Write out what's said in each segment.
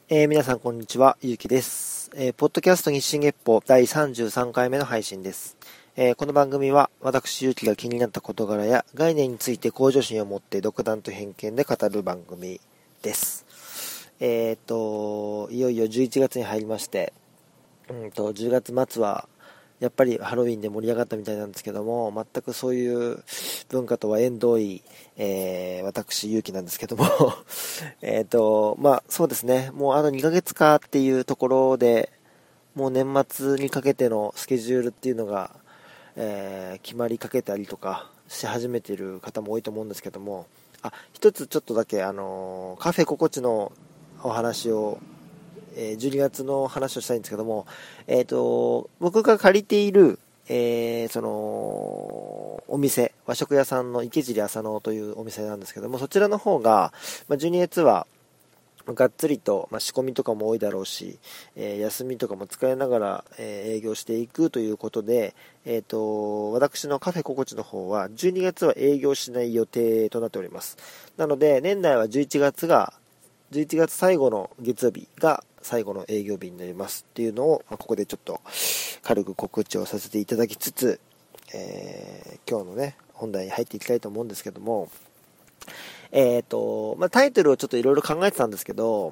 皆さんこんにちは、ゆうきです。ポッドキャスト日進月歩第33回目の配信です。この番組は私ゆうきが気になった事柄や概念について向上心を持って独断と偏見で語る番組です。いよいよ11月に入りまして、10月末はやっぱりハロウィンで盛り上がったみたいなんですけども、全くそういう文化とは縁遠い、私、ゆうきなんですけどもそうですね、もうあと2ヶ月かっていうところで、もう年末にかけてのスケジュールっていうのが、決まりかけたりとかし始めている方も多いと思うんですけども、一つちょっとだけ、カフェ心地のお話を、12月の話をしたいんですけども、僕が借りている、そのお店、和食屋さんの池尻浅野というお店なんですけども、そちらの方が、12月はがっつりと、仕込みとかも多いだろうし、休みとかも使いながら、営業していくということで、私のカフェ心地の方は12月は営業しない予定となっております。なので年内は11月最後の月曜日が最後の営業日になりますっていうのを、ここでちょっと軽く告知をさせていただきつつ、今日のね本題に入っていきたいと思うんですけども、タイトルをちょっといろいろ考えてたんですけど、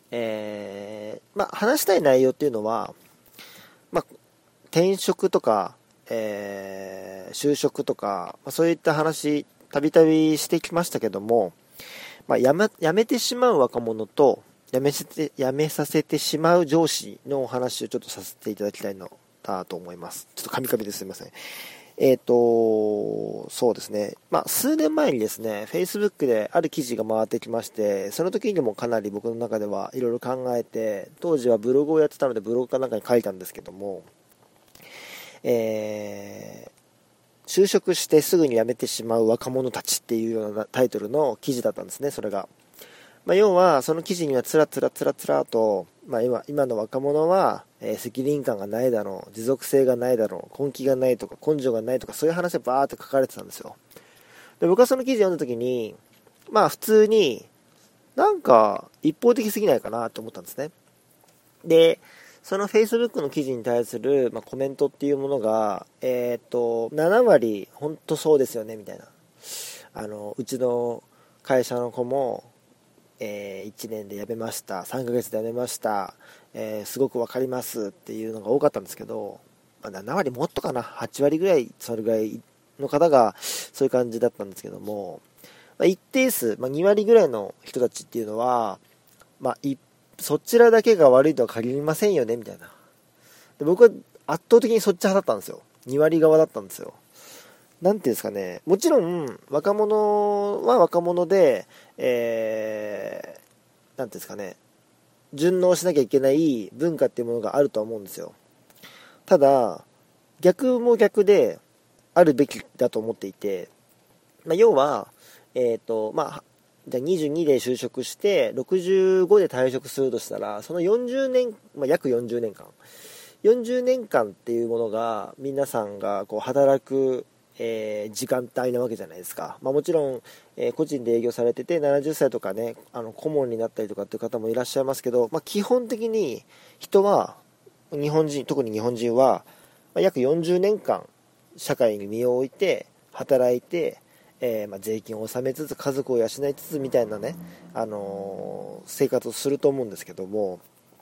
話したい内容っていうのは、転職とか、就職とか、そういった話たびたびしてきましたけども、辞めてしまう若者と辞めさせてしまう上司のお話をちょっとさせていただきたいのだと思います。ちょっとカミカミですいません。そうですね。数年前にですね、Facebook である記事が回ってきまして、その時にもかなり僕の中ではいろいろ考えて、当時はブログをやってたのでブログかなんかに書いたんですけども、就職してすぐに辞めてしまう若者たちっていうようなタイトルの記事だったんですね、それが。要はその記事にはつらつらと、今の若者は、責任感がないだろう、持続性がないだろう、根気がないとか根性がないとか、そういう話がバーって書かれてたんですよ。で、僕はその記事読んだ時に普通になんか一方的すぎないかなと思ったんですね。で、その Facebook の記事に対する、コメントっていうものが、7割本当そうですよねみたいな、うちの会社の子も1年で辞めました、3ヶ月で辞めました、すごくわかりますっていうのが多かったんですけど、7割もっとかな、8割ぐらい、それぐらいの方がそういう感じだったんですけども、一定数、2割ぐらいの人たちっていうのは、そちらだけが悪いとは限りませんよねみたいな。で、僕は圧倒的にそっち派だったんですよ。2割側だったんですよ。なんていうんですかね、もちろん若者は若者で、なんていうんですかね、順応しなきゃいけない文化っていうものがあるとは思うんですよ。ただ逆も逆であるべきだと思っていて、要はじゃあ22で就職して65で退職するとしたら、その40年、約40年間40年間っていうものが皆さんがこう働く時間帯なわけじゃないですか。もちろん、個人で営業されてて70歳とかね、顧問になったりとかっていう方もいらっしゃいますけど、基本的に人は特に日本人は、約40年間社会に身を置いて働いて、税金を納めつつ家族を養いつつみたいなね、生活をすると思うんですけども、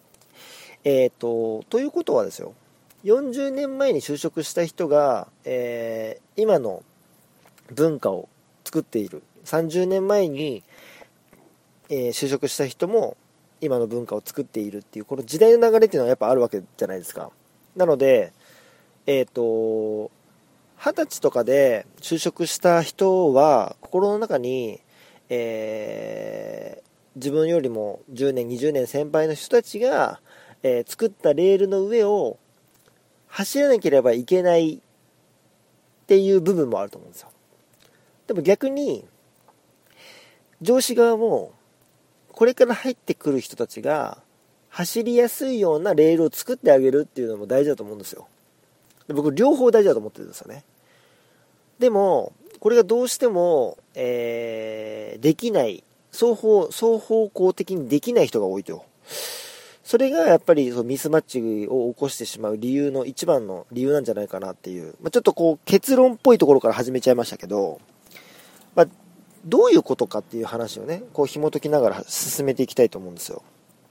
ということはですよ、40年前に就職した人が、今の文化を作っている。30年前に、就職した人も今の文化を作っているっていう、この時代の流れっていうのはやっぱあるわけじゃないですか。なので、20歳とかで就職した人は心の中に、自分よりも10年20年先輩の人たちが、作ったレールの上を走らなければいけないっていう部分もあると思うんですよ。でも逆に上司側もこれから入ってくる人たちが走りやすいようなレールを作ってあげるっていうのも大事だと思うんですよ。で、僕両方大事だと思ってるんですよね。でもこれがどうしても、できない、双方向的にできない人が多いと。 それがやっぱりそのミスマッチを起こしてしまう理由の一番の理由なんじゃないかなっていう、ちょっとこう結論っぽいところから始めちゃいましたけど、どういうことかっていう話をね、こう紐解きながら進めていきたいと思うんですよ。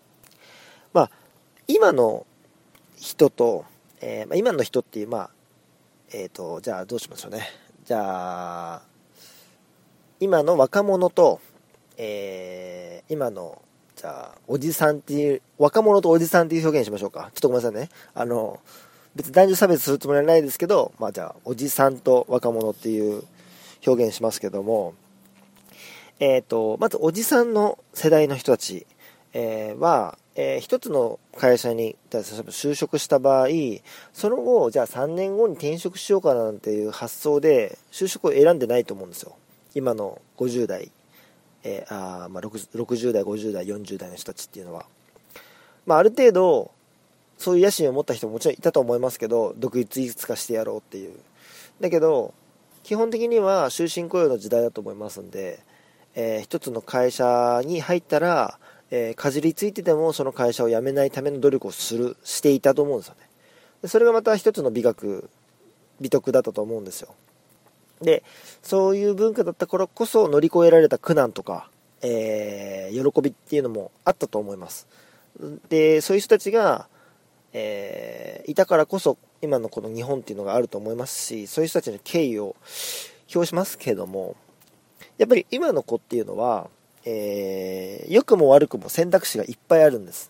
今の人と、今の人っていう、じゃあどうしましょうね。じゃあ、今の若者と、今の、じゃあ、おじさんっていう、若者とおじさんっていう表現しましょうか。ちょっとごめんなさいね。別に男女差別するつもりはないですけど、じゃあ、おじさんと若者っていう表現しますけども、まずおじさんの世代の人たち、は、一つの会社に就職した場合、その後、じゃあ3年後に転職しようかなんていう発想で就職を選んでないと思うんですよ。今の50代、60代、50代、40代の人たちっていうのは。ある程度、そういう野心を持った人ももちろんいたと思いますけど、独立いつかしてやろうっていう。だけど、基本的には終身雇用の時代だと思いますんで、一つの会社に入ったら、かじりついてでもその会社を辞めないための努力をしていたと思うんですよね。でそれがまた一つの美徳だったと思うんですよ。で、そういう文化だったからこそ乗り越えられた苦難とか、喜びっていうのもあったと思います。で、そういう人たちが、いたからこそ今のこの日本っていうのがあると思いますし、そういう人たちの敬意を表しますけれども、やっぱり今の子っていうのは、良くも悪くも選択肢がいっぱいあるんです。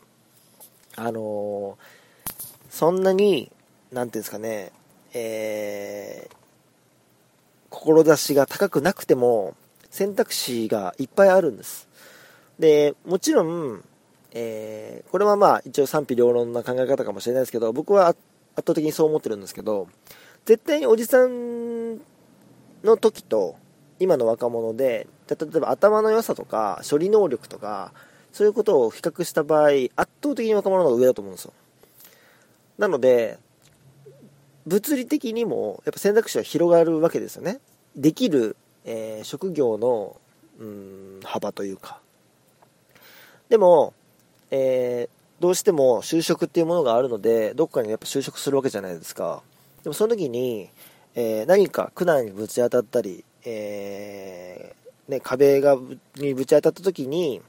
そんなに、なんていうんですかね、志が高くなくても選択肢がいっぱいあるんです。で、もちろん、これは一応賛否両論な考え方かもしれないですけど、僕は圧倒的にそう思ってるんですけど、絶対におじさんの時と今の若者で、例えば頭の良さとか処理能力とかそういうことを比較した場合、圧倒的に若者の方が上だと思うんですよ。なので物理的にもやっぱ選択肢は広がるわけですよね。できる、職業の幅というか。でも、どうしても就職っていうものがあるので、どっかにやっぱ就職するわけじゃないですか。でもその時に、何か苦難にぶち当たったり、壁にぶち当たった時に、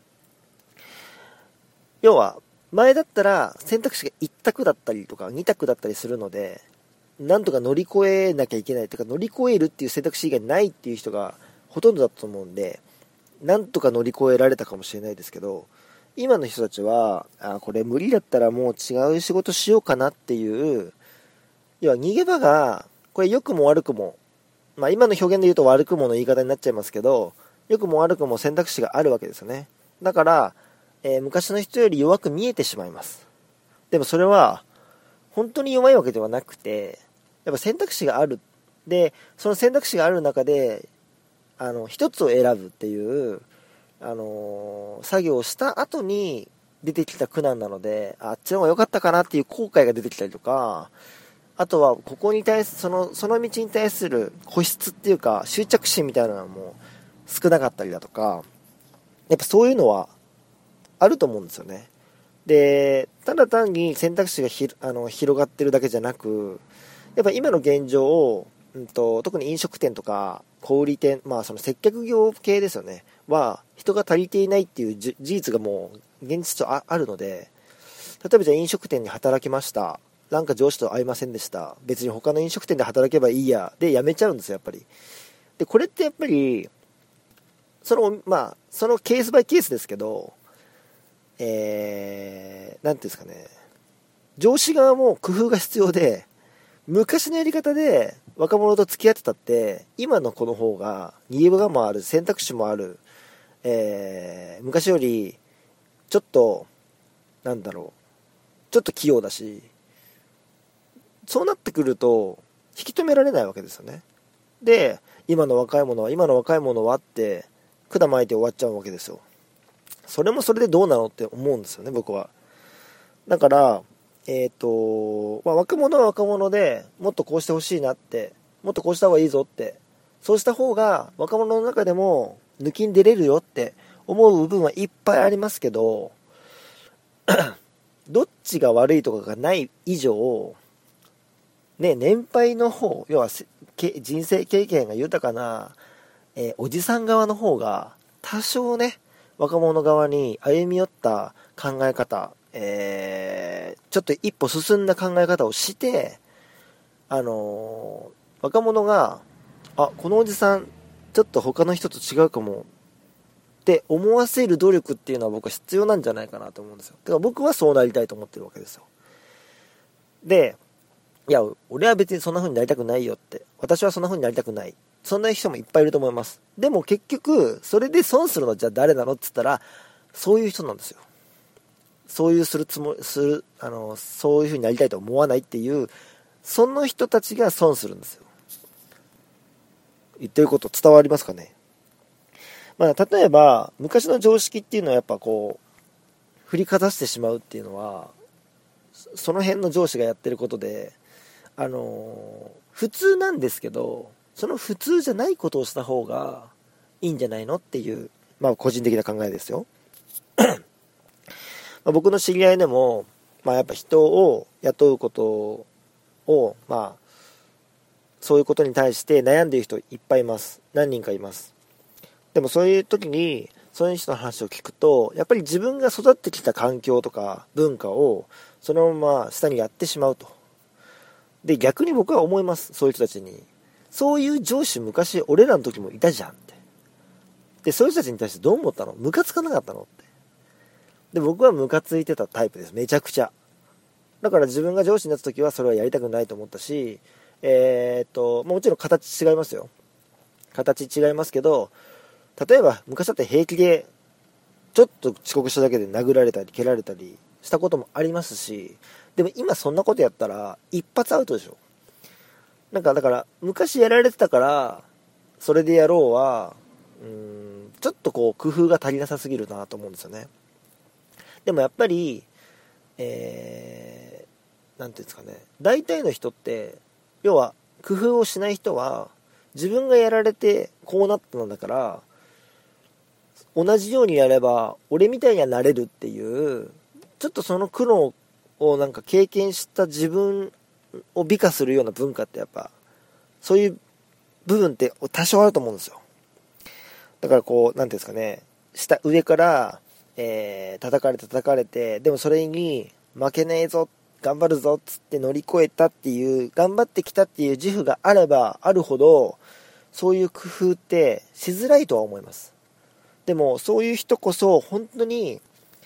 要は前だったら選択肢が1択だったりとか2択だったりするので、なんとか乗り越えなきゃいけないというか、乗り越えるっていう選択肢以外ないっていう人がほとんどだと思うんで、なんとか乗り越えられたかもしれないですけど、今の人たちはこれ無理だったらもう違う仕事しようかなっていう、要は逃げ場が、これ良くも悪くも、今の表現で言うと悪くもの言い方になっちゃいますけど、良くも悪くも選択肢があるわけですよね。だから、昔の人より弱く見えてしまいます。でもそれは本当に弱いわけではなくて、やっぱ選択肢がある。で、その選択肢がある中で一つを選ぶっていう作業をした後に出てきた苦難なので、あっちの方が良かったかなっていう後悔が出てきたりとか、あとはここに対するその道に対する固執っていうか執着心みたいなのも少なかったりだとか、やっぱそういうのはあると思うんですよね。で、ただ単に選択肢が広がってるだけじゃなく、やっぱ今の現状を、特に飲食店とか小売店、その接客業系ですよねは人が足りていないっていう事実がもう現実とあるので、例えばじゃあ飲食店に働きました、なんか上司と会いませんでした、別に他の飲食店で働けばいいやで辞めちゃうんですよ、やっぱり。でこれってやっぱりそのケースバイケースですけど、なんていうんですかね、上司側も工夫が必要で、昔のやり方で若者と付き合ってたって、今の子の方が逃げ場もある、選択肢もある、昔よりちょっとちょっと器用だし、そうなってくると引き止められないわけですよね。で、今の若い者はって管巻いて終わっちゃうわけですよ。それもそれでどうなのって思うんですよね、僕は。だから若者は若者でもっとこうしてほしいなって、もっとこうした方がいいぞって、そうした方が若者の中でも抜きに出れるよって思う部分はいっぱいありますけどどっちが悪いとかがない以上、ね、年配の方、要は人生経験が豊かな、おじさん側の方が多少ね、若者側に歩み寄った考え方、ちょっと一歩進んだ考え方をして、若者が、このおじさんちょっと他の人と違うかもって思わせる努力っていうのは僕は必要なんじゃないかなと思うんですよ。だから僕はそうなりたいと思ってるわけですよ。で、いや、俺は別にそんな風になりたくないよって。私はそんな風になりたくない。そんな人もいっぱいいると思います。でも結局、それで損するのじゃあ誰なのって言ったら、そういう人なんですよ。そういうそういう風になりたいと思わないっていう、その人たちが損するんですよ。言ってること伝わりますかね。例えば、昔の常識っていうのはやっぱ振りかざしてしまうっていうのは、その辺の上司がやってることで、普通なんですけど、その普通じゃないことをした方がいいんじゃないのっていう、個人的な考えですよ。僕の知り合いでも、やっぱ人を雇うことを、そういうことに対して悩んでいる人いっぱいいます。何人かいます。でもそういう時に、そういう人の話を聞くと、やっぱり自分が育ってきた環境とか文化をそのまま下にやってしまうと。で、逆に僕は思います。そういう人たちに。そういう上司昔俺らの時もいたじゃんって。で、そういう人たちに対してどう思ったの？ムカつかなかったのって。で、僕はムカついてたタイプです。めちゃくちゃ。だから自分が上司になった時はそれはやりたくないと思ったし、もちろん形違いますよ。形違いますけど、例えば昔だって平気でちょっと遅刻しただけで殴られたり蹴られたりしたこともありますし、でも今そんなことやったら一発アウトでしょ。だから昔やられてたからそれでやろうはちょっと工夫が足りなさすぎるなと思うんですよね。でもやっぱりなんていうんですかね、大体の人って要は工夫をしない人は自分がやられてこうなったのだから同じようにやれば俺みたいにはなれるっていうちょっとその苦労を経験した自分を美化するような文化ってやっぱそういう部分って多少あると思うんですよ。だからなんていうんですかね、上から、叩かれてでもそれに負けねえぞ頑張るぞっつって乗り越えたっていう頑張ってきたっていう自負があればあるほどそういう工夫ってしづらいとは思います。でもそういう人こそ本当に、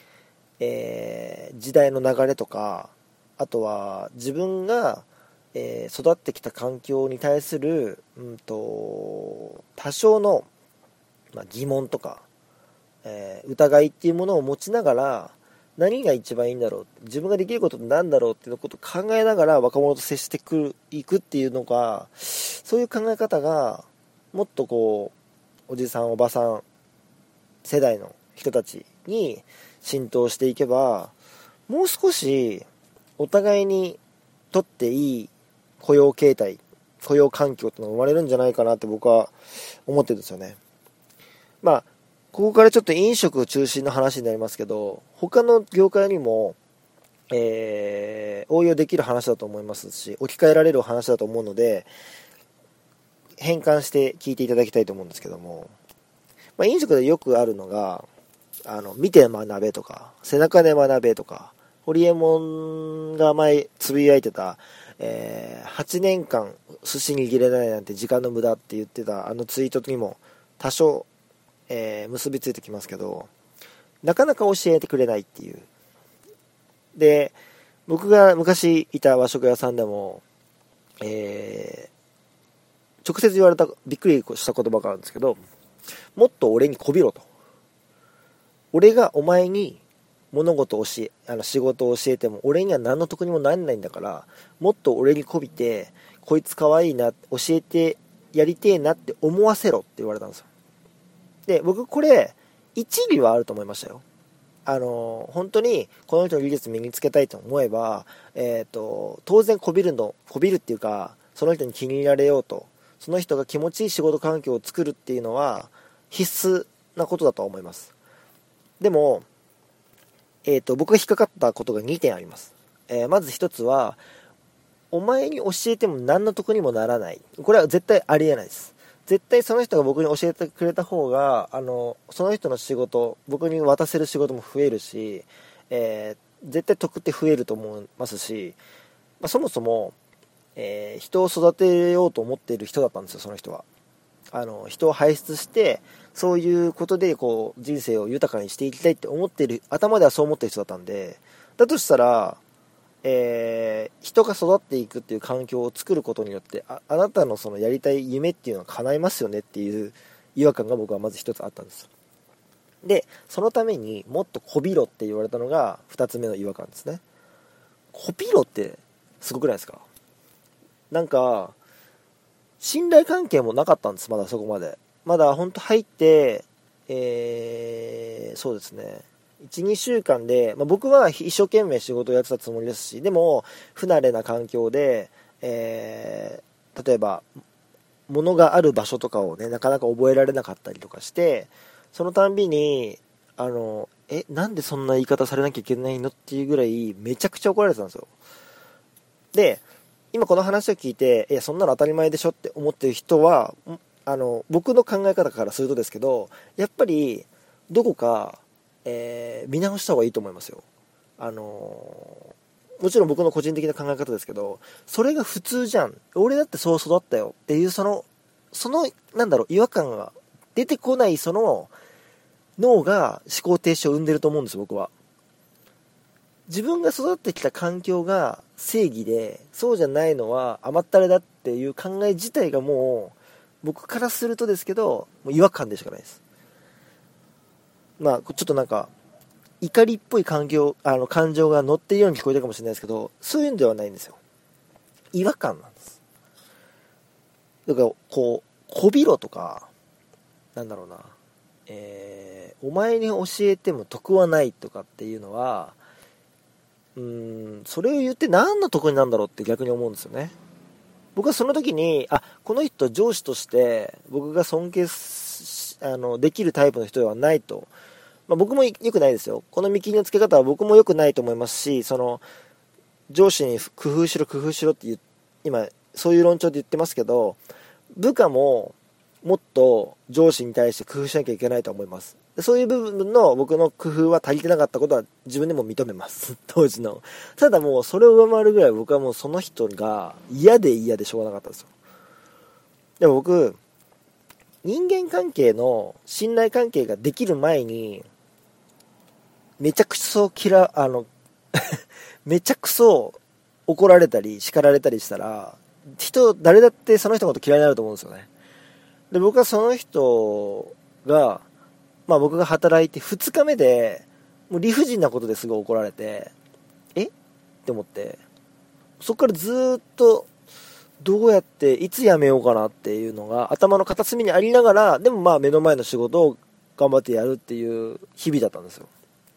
時代の流れとかあとは自分が、育ってきた環境に対する、多少の、疑問とか、疑いっていうものを持ちながら何が一番いいんだろう自分ができることって何だろうっていうことを考えながら若者と接していくっていうのがそういう考え方がもっとおじさんおばさん世代の人たちに浸透していけばもう少しお互いにとっていい雇用環境ってのが生まれるんじゃないかなって僕は思ってるんですよね。ここからちょっと飲食中心の話になりますけど他の業界にも、応用できる話だと思いますし置き換えられる話だと思うので変換して聞いていただきたいと思うんですけども、飲食でよくあるのが見て学べとか背中で学べとかホリエモンが前つぶやいてた、8年間寿司握れないなんて時間の無駄って言ってたツイートにも多少、結びついてきますけどなかなか教えてくれないっていう。で僕が昔いた和食屋さんでも、直接言われたびっくりした言葉があるんですけどもっと俺にこびろと。俺がお前に物事を仕事を教えても俺には何の得にもならないんだからもっと俺にこびてこいつかわいいな教えてやりてえなって思わせろって言われたんですよ。で僕これ一理はあると思いましたよ。本当にこの人の技術身につけたいと思えば、当然こびるっていうかその人に気に入られようとその人が気持ちいい仕事環境を作るっていうのは必須なことだと思います。でも僕が引っかかったことが2点あります。まず1つは、お前に教えても何の得にもならない。これは絶対ありえないです。絶対その人が僕に教えてくれた方が、その人の仕事、僕に渡せる仕事も増えるし、絶対得って増えると思いますし、そもそも、人を育てようと思っている人だったんですよ、その人は。人を輩出して、そういうことでこう人生を豊かにしていきたいって思っている、頭ではそう思っている人だったんで、だとしたら、人が育っていくっていう環境を作ることによって、あなたのそのやりたい夢っていうのは叶いますよねっていう違和感が僕はまず一つあったんです。で、そのためにもっとこびろって言われたのが二つ目の違和感ですね。こびろってすごくないですか？なんか信頼関係もなかったんです、まだそこまで。まだ本当入って、そうですね。1、2週間で、僕は一生懸命仕事をやってたつもりですし、でも不慣れな環境で、例えば物がある場所とかをね、なかなか覚えられなかったりとかして、そのたんびになんでそんな言い方されなきゃいけないのっていうぐらいめちゃくちゃ怒られてたんですよ。で、今この話を聞いて、そんなの当たり前でしょって思ってる人は、僕の考え方からするとですけど、やっぱりどこか見直した方がいいと思いますよ。もちろん僕の個人的な考え方ですけど、それが普通じゃん、俺だってそう育ったよっていうそのなんだろう、違和感が出てこないその脳が思考停止を生んでると思うんです、僕は。自分が育ってきた環境が正義で、そうじゃないのは甘ったれだっていう考え自体がもう僕からするとですけど、もう違和感でしかないです。ちょっとなんか怒りっぽい感情が乗っているように聞こえたかもしれないですけど、そういうんではないんですよ。違和感なんです。だからこびろとか、なんだろうな、お前に教えても得はないとかっていうのは、それを言って何の得になるんだろうって逆に思うんですよね。僕はその時に、この人上司として僕が尊敬できるタイプの人ではないと。僕も良くないですよ。この見切りの付け方は僕も良くないと思いますし、その上司に工夫しろって今そういう論調で言ってますけど、部下ももっと上司に対して工夫しなきゃいけないと思います。そういう部分の僕の工夫は足りてなかったことは自分でも認めます当時の。ただもうそれを上回るぐらい僕はもうその人が嫌でしょうがなかったんですよ。でも僕、人間関係の信頼関係ができる前にめちゃくそめちゃくそ怒られたり叱られたりしたら、誰だってその人のこと嫌いになると思うんですよね。で、僕はその人が、僕が働いて2日目でもう理不尽なことですごい怒られて、って思って、そこからずーっとどうやっていつ辞めようかなっていうのが頭の片隅にありながら、でも目の前の仕事を頑張ってやるっていう日々だったんですよ。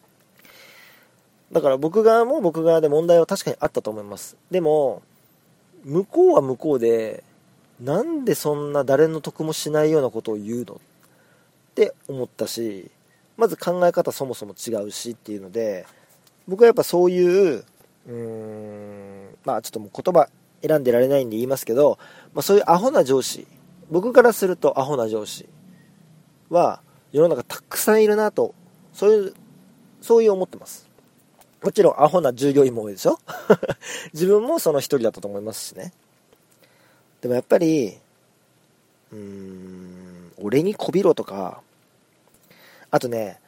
だから僕側も僕側で問題は確かにあったと思います。でも向こうは向こうで、なんでそんな誰の得もしないようなことを言うのって思ったし、まず考え方そもそも違うしっていうので、僕はやっぱそういうちょっともう言葉選んでられないんで言いますけど、そういうアホな上司、僕からするとアホな上司は世の中たくさんいるなと、そういう思ってます。もちろんアホな従業員も多いですよ自分もその一人だったと思いますしね。でもやっぱり俺にこびろとか、あとね、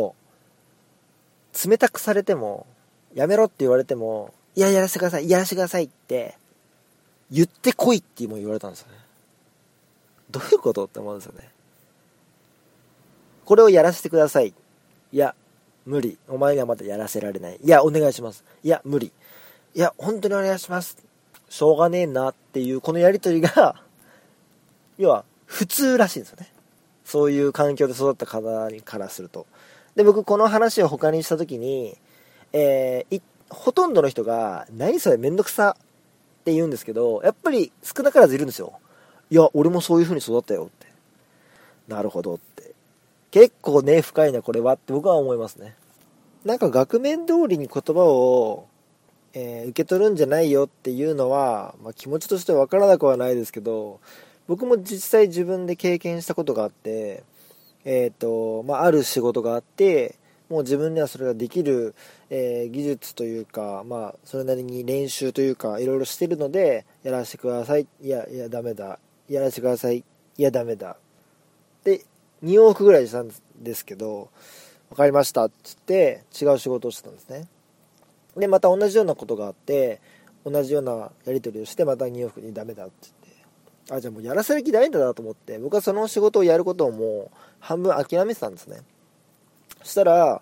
冷たくされてもやめろって言われても、やらせてくださいって言ってこいっても言われたんですよね。どういうことって思うんですよね。これをやらせてください、いや無理、お前にはまだやらせられない、いやお願いします、いや無理、いや本当にお願いします、しょうがねえなっていうこのやりとりが要は普通らしいんですよね。そういう環境で育った方からすると。で、僕この話を他にした時に、ほとんどの人が何それめんどくさって言うんですけど、やっぱり少なからずいるんですよ。いや俺もそういう風に育ったよって。なるほどって、結構ね深いなこれはって僕は思いますね。 なんか額面通りに言葉を、受け取るんじゃないよっていうのは、気持ちとしてわからなくはないですけど、僕も実際自分で経験したことがあって、ある仕事があって、もう自分ではそれができる、技術というか、それなりに練習というかいろいろしてるので、やらせてください、いやダメだ、やらせてください、いやダメだで2往復ぐらいしたんですけど、分かりましたって言って違う仕事をしてたんですね。でまた同じようなことがあって、同じようなやり取りをして、また2往復にダメだって言って、じゃあもうやらせる気ないんだなと思って、僕はその仕事をやることをもう半分諦めてたんですね。そしたら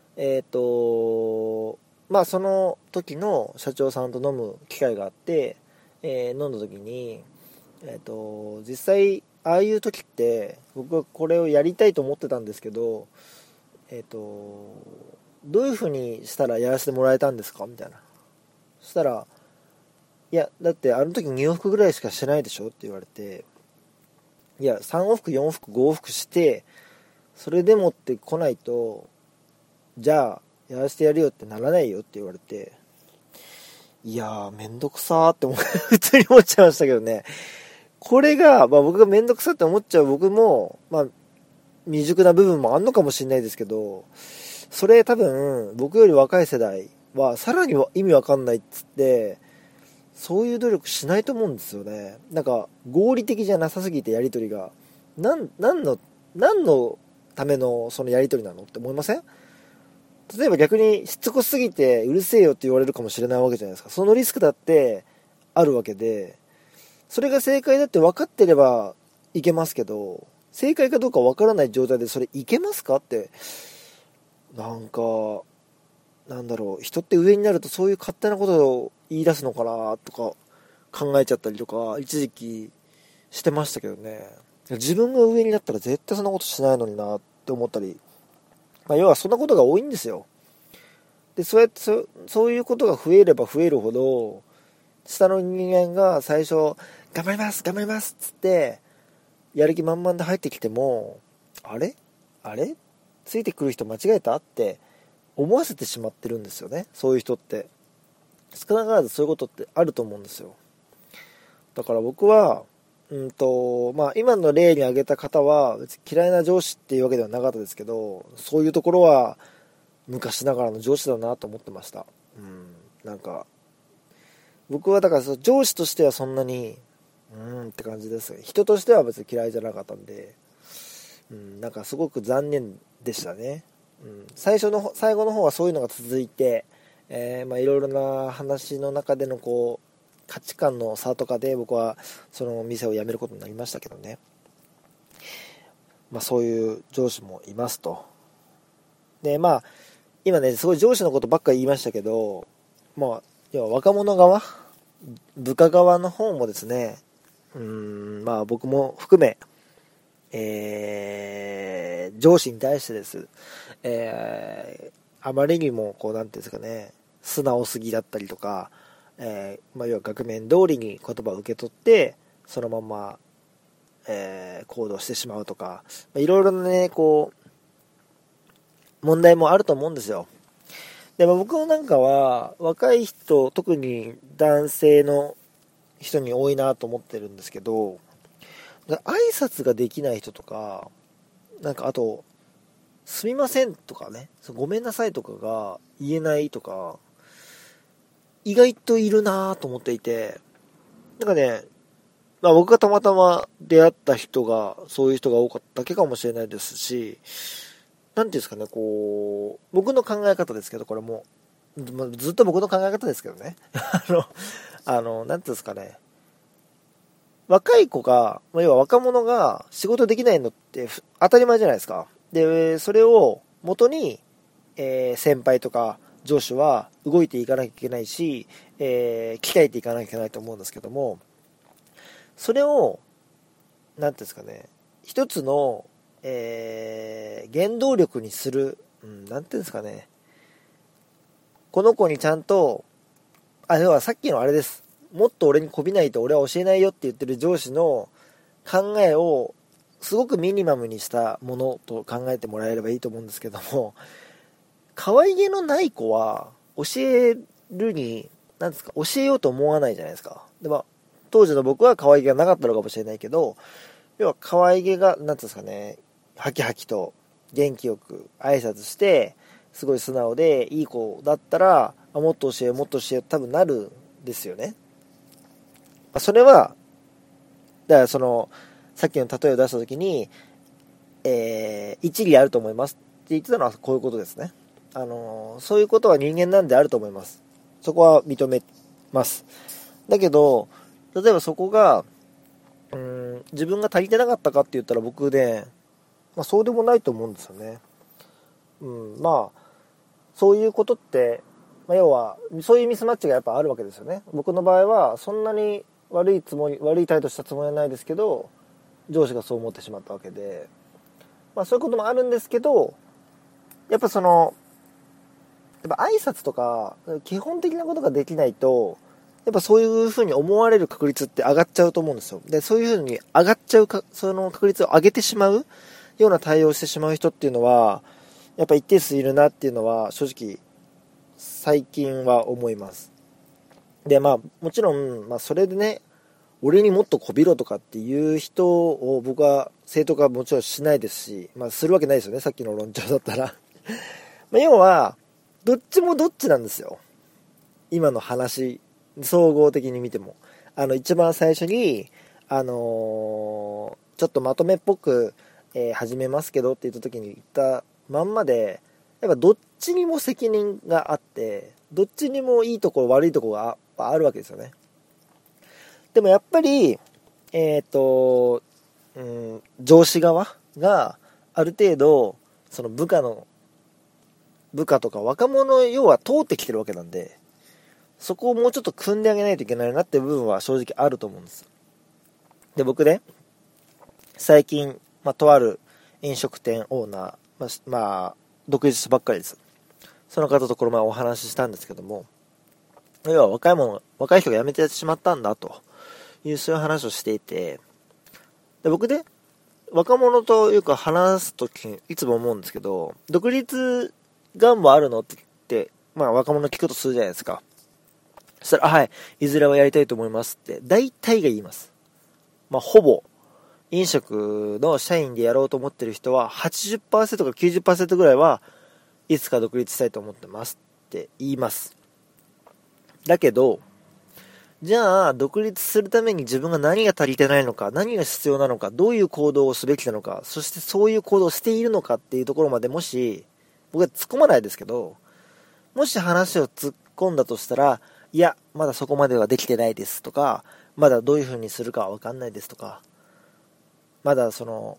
その時の社長さんと飲む機会があって、飲んだ時に実際ああいう時って僕はこれをやりたいと思ってたんですけど、どういう風にしたらやらせてもらえたんですかみたいな。そしたら、いやだってあの時2往復ぐらいしかしてないでしょって言われて、いや3往復4往復5往復してそれでもって来ないと、じゃあやらせてやるよってならないよって言われて、いやーめんどくさーって普通に思っちゃいましたけどね。これが、僕がめんどくさって思っちゃう僕も未熟な部分もあんのかもしれないですけど、それ多分僕より若い世代はさらに意味わかんないっつってそういう努力しないと思うんですよね。なんか合理的じゃなさすぎて、やり取りが何のためのそのやり取りなのって思いません？例えば逆にしつこすぎてうるせえよって言われるかもしれないわけじゃないですか。そのリスクだってあるわけで、それが正解だって分かってればいけますけど、正解かどうか分からない状態でそれいけますかって、なんだろう、人って上になるとそういう勝手なことを言い出すのかなとか考えちゃったりとか一時期してましたけどね。自分が上になったら絶対そんなことしないのになって思ったり、要はそんなことが多いんですよ。でそうやってそういうことが増えれば増えるほど、下の人間が最初頑張ります頑張りますっつってやる気満々で入ってきても、あれついてくる人間違えたって思わせてしまってるんですよね。そういう人って少なからずそういうことってあると思うんですよ。だから僕は今の例に挙げた方は別に嫌いな上司っていうわけではなかったですけど、そういうところは昔ながらの上司だなと思ってました。なんか僕はだから上司としてはそんなにって感じです。人としては別に嫌いじゃなかったんで、なんかすごく残念でしたね。最後の方はそういうのが続いて、いろいろな話の中での価値観の差とかで僕はその店を辞めることになりましたけどね。そういう上司もいますと。で今ねすごい上司のことばっかり言いましたけど、要は若者側、部下側の方もですね、僕も含め、上司に対してです、あまりにもなんていうんですかね、素直すぎだったりとか、要は額面通りに言葉を受け取ってそのまま、行動してしまうとか、いろいろなね問題もあると思うんですよ。でも僕なんかは若い人、特に男性の人に多いなと思ってるんですけど、挨拶ができない人とか、あとすみませんとかね、ごめんなさいとかが言えないとか意外といるなと思っていて、僕がたまたま出会った人がそういう人が多かっただけかもしれないですし、なんていうんですかね、僕の考え方ですけど、これもずっと僕の考え方ですけどねなんていうんですかね、若い子が、要は若者が仕事できないのって当たり前じゃないですか。でそれを元に、先輩とか上司は動いていかなきゃいけないし、鍛えていかなきゃいけないと思うんですけども、それをなんていうんですかね、一つの、原動力にする、なんていうんですかね、この子にちゃんと要はさっきのあれです、もっと俺にこびないと俺は教えないよって言ってる上司の考えをすごくミニマムにしたものと考えてもらえればいいと思うんですけども、 可愛げのない子は教えるに、なんですか、教えようと思わないじゃないですか。で、当時の僕は可愛げがなかったのかもしれないけど、要は可愛げが、なんていうんですかね、ハキハキと元気よく挨拶して、すごい素直でいい子だったら、もっと教えよう、もっと教えよう、多分なるんですよね。それは、だからさっきの例えを出したときに、一理あると思いますって言ってたのはこういうことですね。そういうことは人間なんであると思います。そこは認めます。だけど、例えばそこが、自分が足りてなかったかって言ったら僕で、そうでもないと思うんですよね。そういうことって、要は、そういうミスマッチがやっぱあるわけですよね。僕の場合は、そんなに悪い態度したつもりはないですけど、上司がそう思ってしまったわけで、そういうこともあるんですけど、やっぱ挨拶とか、基本的なことができないと、やっぱそういう風に思われる確率って上がっちゃうと思うんですよ。で、そういう風に上がっちゃうか、その確率を上げてしまうような対応をしてしまう人っていうのは、やっぱ一定数いるなっていうのは、正直、最近は思います。で、もちろん、それでね、俺にもっとこびろとかっていう人を僕は正当化はもちろんしないですし、するわけないですよね、さっきの論調だったら。要は、どっちもどっちなんですよ。今の話、総合的に見ても。一番最初に、ちょっとまとめっぽく、始めますけどって言った時に言ったまんまで、やっぱどっちにも責任があって、どっちにもいいところ悪いところがあるわけですよね。でもやっぱり、上司側がある程度、その部下とか若者要は通ってきてるわけなんで、そこをもうちょっと組んであげないといけないなっていう部分は正直あると思うんです。で、僕ね、最近、とある飲食店オーナー、独立したばっかりです。その方とこの前お話ししたんですけども、要は若い人が辞めてしまったんだというそういう話をしていて、で僕ね、若者とよく話すときにいつも思うんですけど、独立願望あるのって言って、若者聞くとするじゃないですか。そしたら、はい、いずれはやりたいと思いますって、大体が言います。ほぼ、飲食の社員でやろうと思ってる人は、80% から 90% ぐらいは、いつか独立したいと思ってますって言います。だけど、じゃあ、独立するために自分が何が足りてないのか、何が必要なのか、どういう行動をすべきなのか、そしてそういう行動をしているのかっていうところまでもし、僕は突っ込まないですけど、もし話を突っ込んだとしたら、いや、まだそこまではできてないですとか、まだどういう風にするかはわかんないですとか、まだその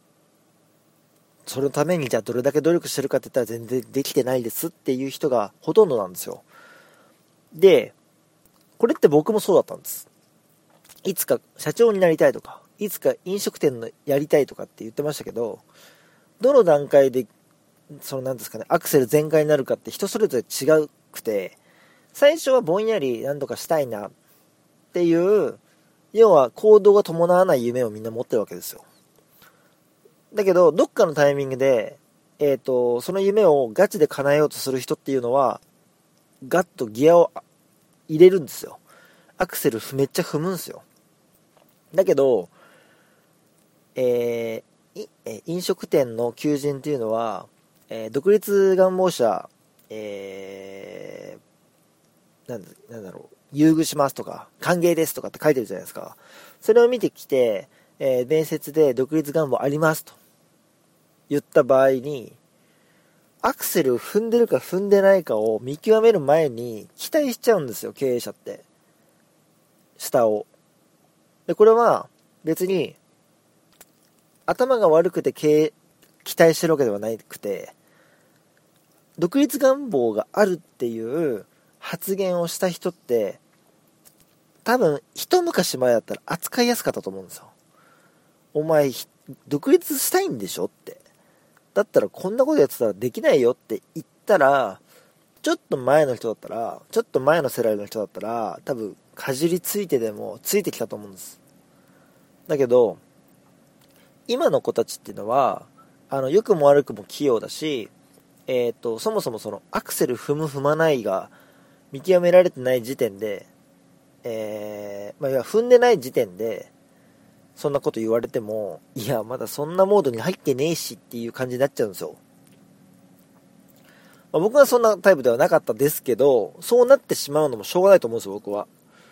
ためにじゃあどれだけ努力してるかって言ったら全然できてないですっていう人がほとんどなんですよ。で、これって僕もそうだったんです。いつか社長になりたいとか、いつか飲食店のやりたいとかって言ってましたけど、どの段階でなんですかね、アクセル全開になるかって人それぞれ違くて、最初はぼんやり何とかしたいなっていう、要は行動が伴わない夢をみんな持ってるわけですよ。だけど、どっかのタイミングで、その夢をガチで叶えようとする人っていうのは、ガッとギアを入れるんですよ。アクセルめっちゃ踏むんですよ。だけど、飲食店の求人っていうのは、独立願望者、なんだろう、優遇しますとか、歓迎ですとかって書いてるじゃないですか。それを見てきて、面接で独立願望ありますと言った場合に、アクセルを踏んでるか踏んでないかを見極める前に期待しちゃうんですよ、経営者って。下を。で、これは別に頭が悪くて期待してるわけではなくて、独立願望があるっていう発言をした人って多分一昔前だったら扱いやすかったと思うんですよ。お前独立したいんでしょって。だったらこんなことやってたらできないよって言ったら、ちょっと前の人だったら、ちょっと前の世代の人だったら多分かじりついてでもついてきたと思うんです。だけど今の子たちっていうのは良くも悪くも器用だし、 そもそもそのアクセル踏む踏まないが見極められてない時点で、いや踏んでない時点でそんなこと言われても、いやまだそんなモードに入ってねえしっていう感じになっちゃうんですよ。僕はそんなタイプではなかったですけど、そうなってしまうのもしょうがないと思うんですよ、僕は。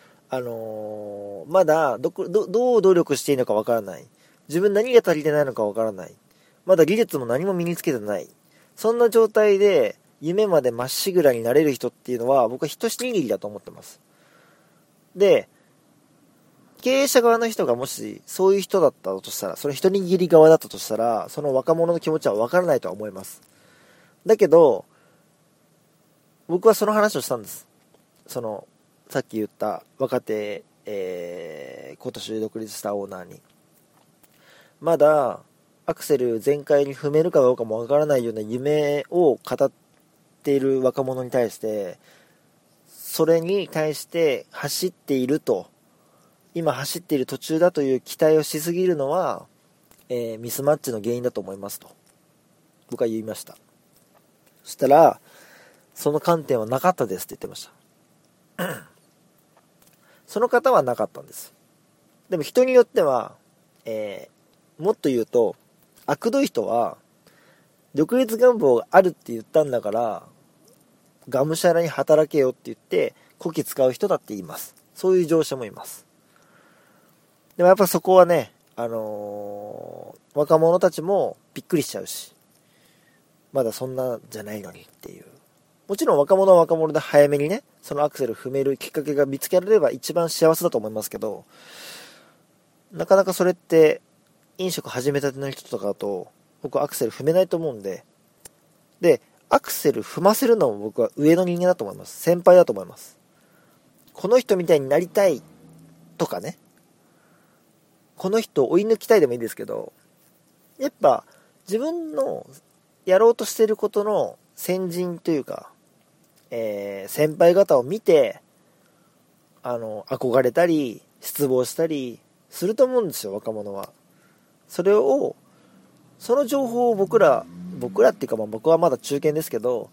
まだどう努力していいのかわからない。自分何が足りてないのかわからない。まだ技術も何も身につけてない。そんな状態で夢までまっしぐらになれる人っていうのは僕は一握りだと思ってます。で、経営者側の人がもしそういう人だったとしたら、それ一握り側だったとしたら、その若者の気持ちはわからないとは思います。だけど、僕はその話をしたんです。さっき言った若手、今年独立したオーナーに。まだアクセル全開に踏めるかどうかもわからないような夢を語っている若者に対して、それに対して走っていると、今走っている途中だという期待をしすぎるのは、ミスマッチの原因だと思いますと僕は言いました。そしたら、その観点はなかったですって言ってましたその方はなかったんです。でも人によっては、もっと言うと、悪どい人は独立願望があるって言ったんだからがむしゃらに働けよって言ってこき使う人だって言います。そういう業者もいます。でもやっぱそこはね、若者たちもびっくりしちゃうし、まだそんなじゃないのにっていう。もちろん若者は若者で早めにね、そのアクセル踏めるきっかけが見つけられれば一番幸せだと思いますけど、なかなかそれって飲食始めたての人とかだと僕はアクセル踏めないと思うんで、アクセル踏ませるのも僕は上の人間だと思います。先輩だと思います。この人みたいになりたいとかね、この人を追い抜きたいでもいいですけど、やっぱ自分のやろうとしていることの先人というか、先輩方を見て憧れたり失望したりすると思うんですよ、若者は。その情報を僕らっていうか、僕はまだ中堅ですけど、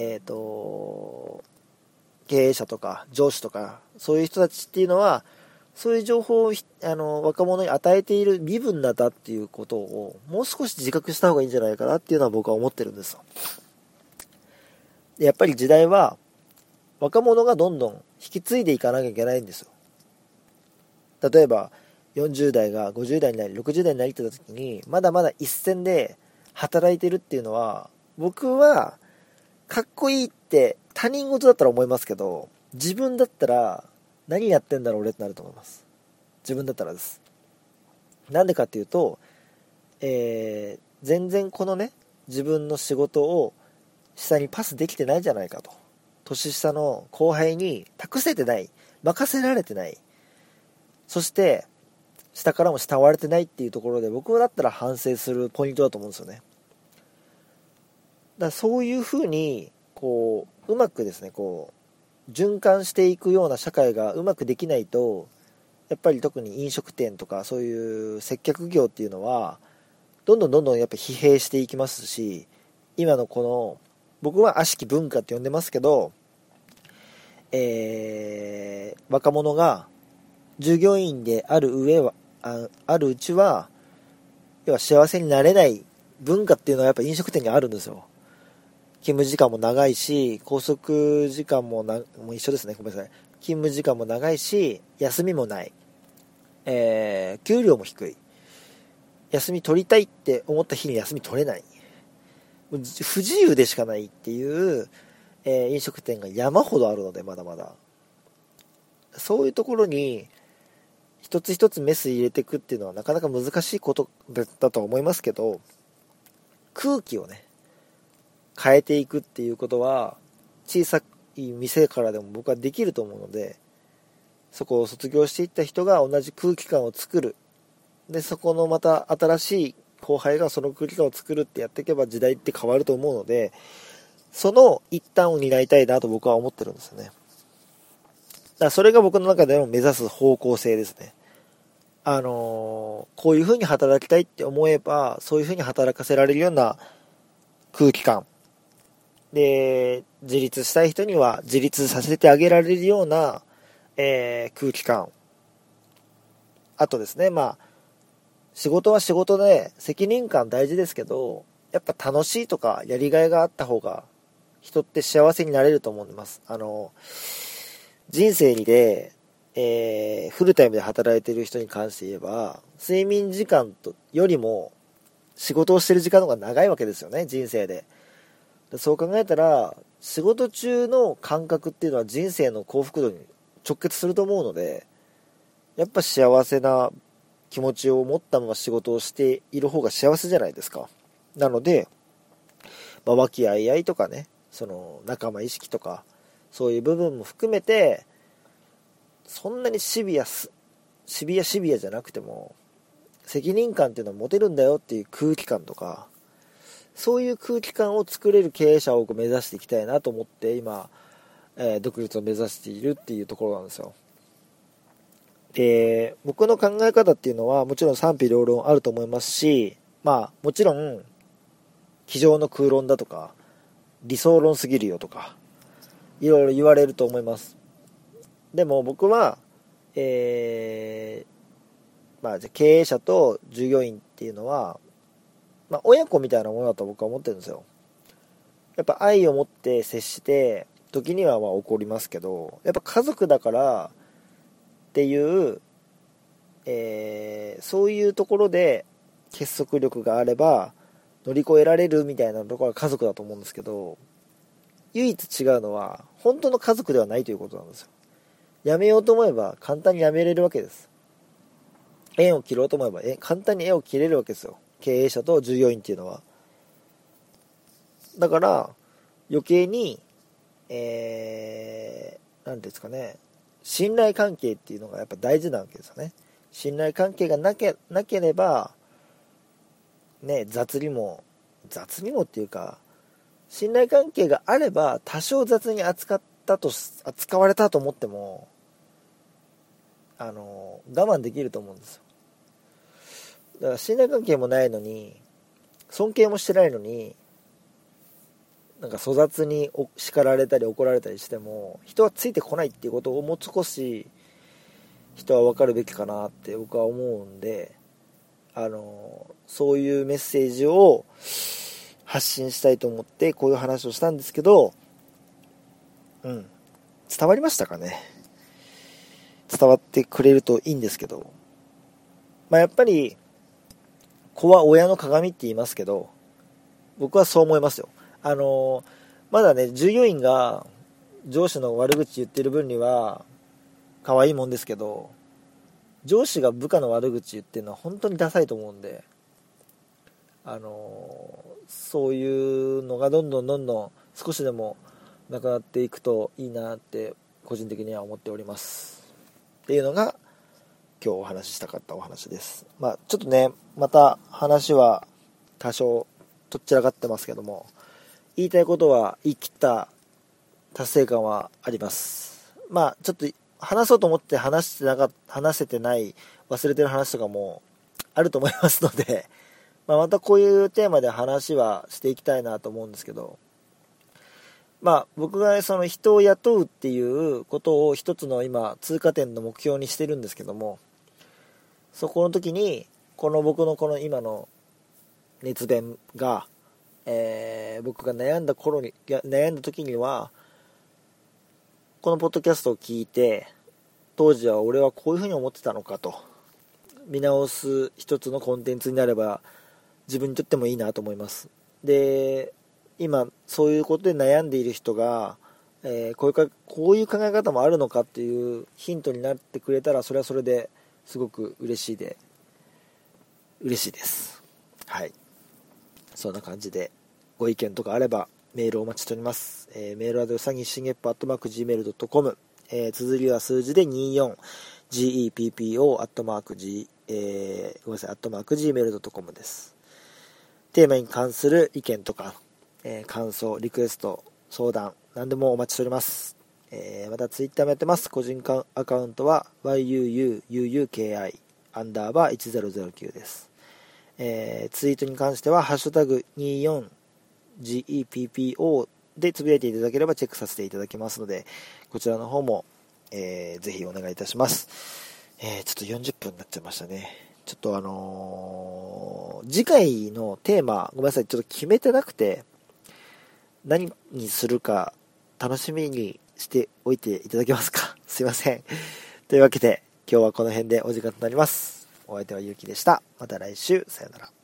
経営者とか上司とかそういう人たちっていうのはそういう情報を若者に与えている身分なんだっていうことをもう少し自覚した方がいいんじゃないかなっていうのは僕は思ってるんですよ。でやっぱり時代は若者がどんどん引き継いでいかなきゃいけないんですよ。例えば40代が50代になり60代になりってた時にまだまだ一線で働いてるっていうのは僕はかっこいいって他人事だったら思いますけど、自分だったら何やってんだろう俺ってなると思います。自分だったらです。なんでかっていうと、全然このね自分の仕事を下にパスできてないじゃないかと、年下の後輩に託せてない、任せられてない、そして下からも慕われてないっていうところで僕だったら反省するポイントだと思うんですよね。だからそういうふうにうまくですね循環していくような社会がうまくできないと、やっぱり特に飲食店とかそういう接客業っていうのはどんどんやっぱ疲弊していきますし、今のこの僕は悪しき文化って呼んでますけど、若者が従業員であるうちは要は幸せになれない文化っていうのはやっぱ飲食店にあるんですよ。勤務時間も長いし、拘束時間ももう一緒ですね、ごめんなさい。勤務時間も長いし、休みもない。給料も低い。休み取りたいって思った日に休み取れない。不自由でしかないっていう、飲食店が山ほどあるので、まだまだ。そういうところに、一つ一つメス入れていくっていうのはなかなか難しいことだと思いますけど、空気をね、変えていくっていうことは小さい店からでも僕はできると思うので、そこを卒業していった人が同じ空気感を作る。で、そこのまた新しい後輩がその空気感を作るってやっていけば時代って変わると思うので、その一端を担いたいなと僕は思ってるんですよね。だからそれが僕の中での目指す方向性ですね。こういう風に働きたいって思えば、そういう風に働かせられるような空気感で、自立したい人には自立させてあげられるような、空気感。あとですね、仕事は仕事で責任感大事ですけど、やっぱ楽しいとかやりがいがあった方が人って幸せになれると思います。人生で、フルタイムで働いている人に関して言えば、睡眠時間よりも仕事をしてる時間の方が長いわけですよね、人生で。そう考えたら、仕事中の感覚っていうのは人生の幸福度に直結すると思うので、やっぱ幸せな気持ちを持ったまま仕事をしている方が幸せじゃないですか。なので、和気あいあいとかね、その仲間意識とか、そういう部分も含めて、そんなにシビアじゃなくても、責任感っていうのは持てるんだよっていう空気感とか、そういう空気感を作れる経営者を目指していきたいなと思って今、独立を目指しているっていうところなんですよ。で、僕の考え方っていうのはもちろん賛否両論あると思いますし、もちろん机上の空論だとか理想論すぎるよとかいろいろ言われると思います。でも僕は、じゃあ経営者と従業員っていうのは、親子みたいなものだと僕は思ってるんですよ。やっぱ愛を持って接して時には怒りますけど、やっぱ家族だからっていう、そういうところで結束力があれば乗り越えられるみたいなところが家族だと思うんですけど、唯一違うのは本当の家族ではないということなんですよ。辞めようと思えば簡単に辞めれるわけです。縁を切ろうと思えば簡単に縁を切れるわけですよ、経営者と従業員っていうのは。だから余計になんですかね、信頼関係っていうのがやっぱ大事なわけですよね。信頼関係がなければね、雑にもっていうか、信頼関係があれば多少雑に扱われたと思っても我慢できると思うんですよ。だから信頼関係もないのに、尊敬もしてないのに、なんか粗雑に叱られたり怒られたりしても人はついてこないっていうことをもう少し人は分かるべきかなって僕は思うんで、そういうメッセージを発信したいと思ってこういう話をしたんですけど、伝わりましたかね。伝わってくれるといいんですけど、やっぱり子は親の鏡って言いますけど、僕はそう思いますよ。まだね、従業員が上司の悪口言ってる分には可愛いもんですけど、上司が部下の悪口言ってるのは本当にダサいと思うんで、そういうのがどんどん少しでもなくなっていくといいなって個人的には思っておりますっていうのが今日お話ししたかったお話です。ちょっとね、また話は多少とっちらかってますけども、言いたいことは言い切った達成感はあります。ちょっと話そうと思って話せてない忘れてる話とかもあると思いますので、またこういうテーマで話はしていきたいなと思うんですけど、僕がその人を雇うっていうことを一つの今通過点の目標にしてるんですけども、そこの時に僕のこの今の熱弁が、僕が悩んだ時にはこのポッドキャストを聞いて、当時は俺はこういうふうに思ってたのかと見直す一つのコンテンツになれば自分にとってもいいなと思います。で、今そういうことで悩んでいる人が、こういう考え方もあるのかっていうヒントになってくれたら、それはそれですごく嬉しいです。はい、そんな感じでご意見とかあればメールをお待ちしております。メールアドレスはgeppo@gmail.com、綴りは数字で24 geppo@gmail.com です。テーマに関する意見とか、感想、リクエスト、相談、何でもお待ちしております。またツイッターもやってます。個人アカウントは yuuuki_1009 です。ツイートに関してはハッシュタグ 24GEPPO でつぶやいていただければチェックさせていただきますので、こちらの方も、ぜひお願いいたします。ちょっと40分になっちゃいましたね。ちょっと次回のテーマ、ごめんなさい、ちょっと決めてなくて、何にするか楽しみにしておいていただけますか。すいません。というわけで、今日はこの辺でお時間となります。お相手はゆうきでした。また来週、さよなら。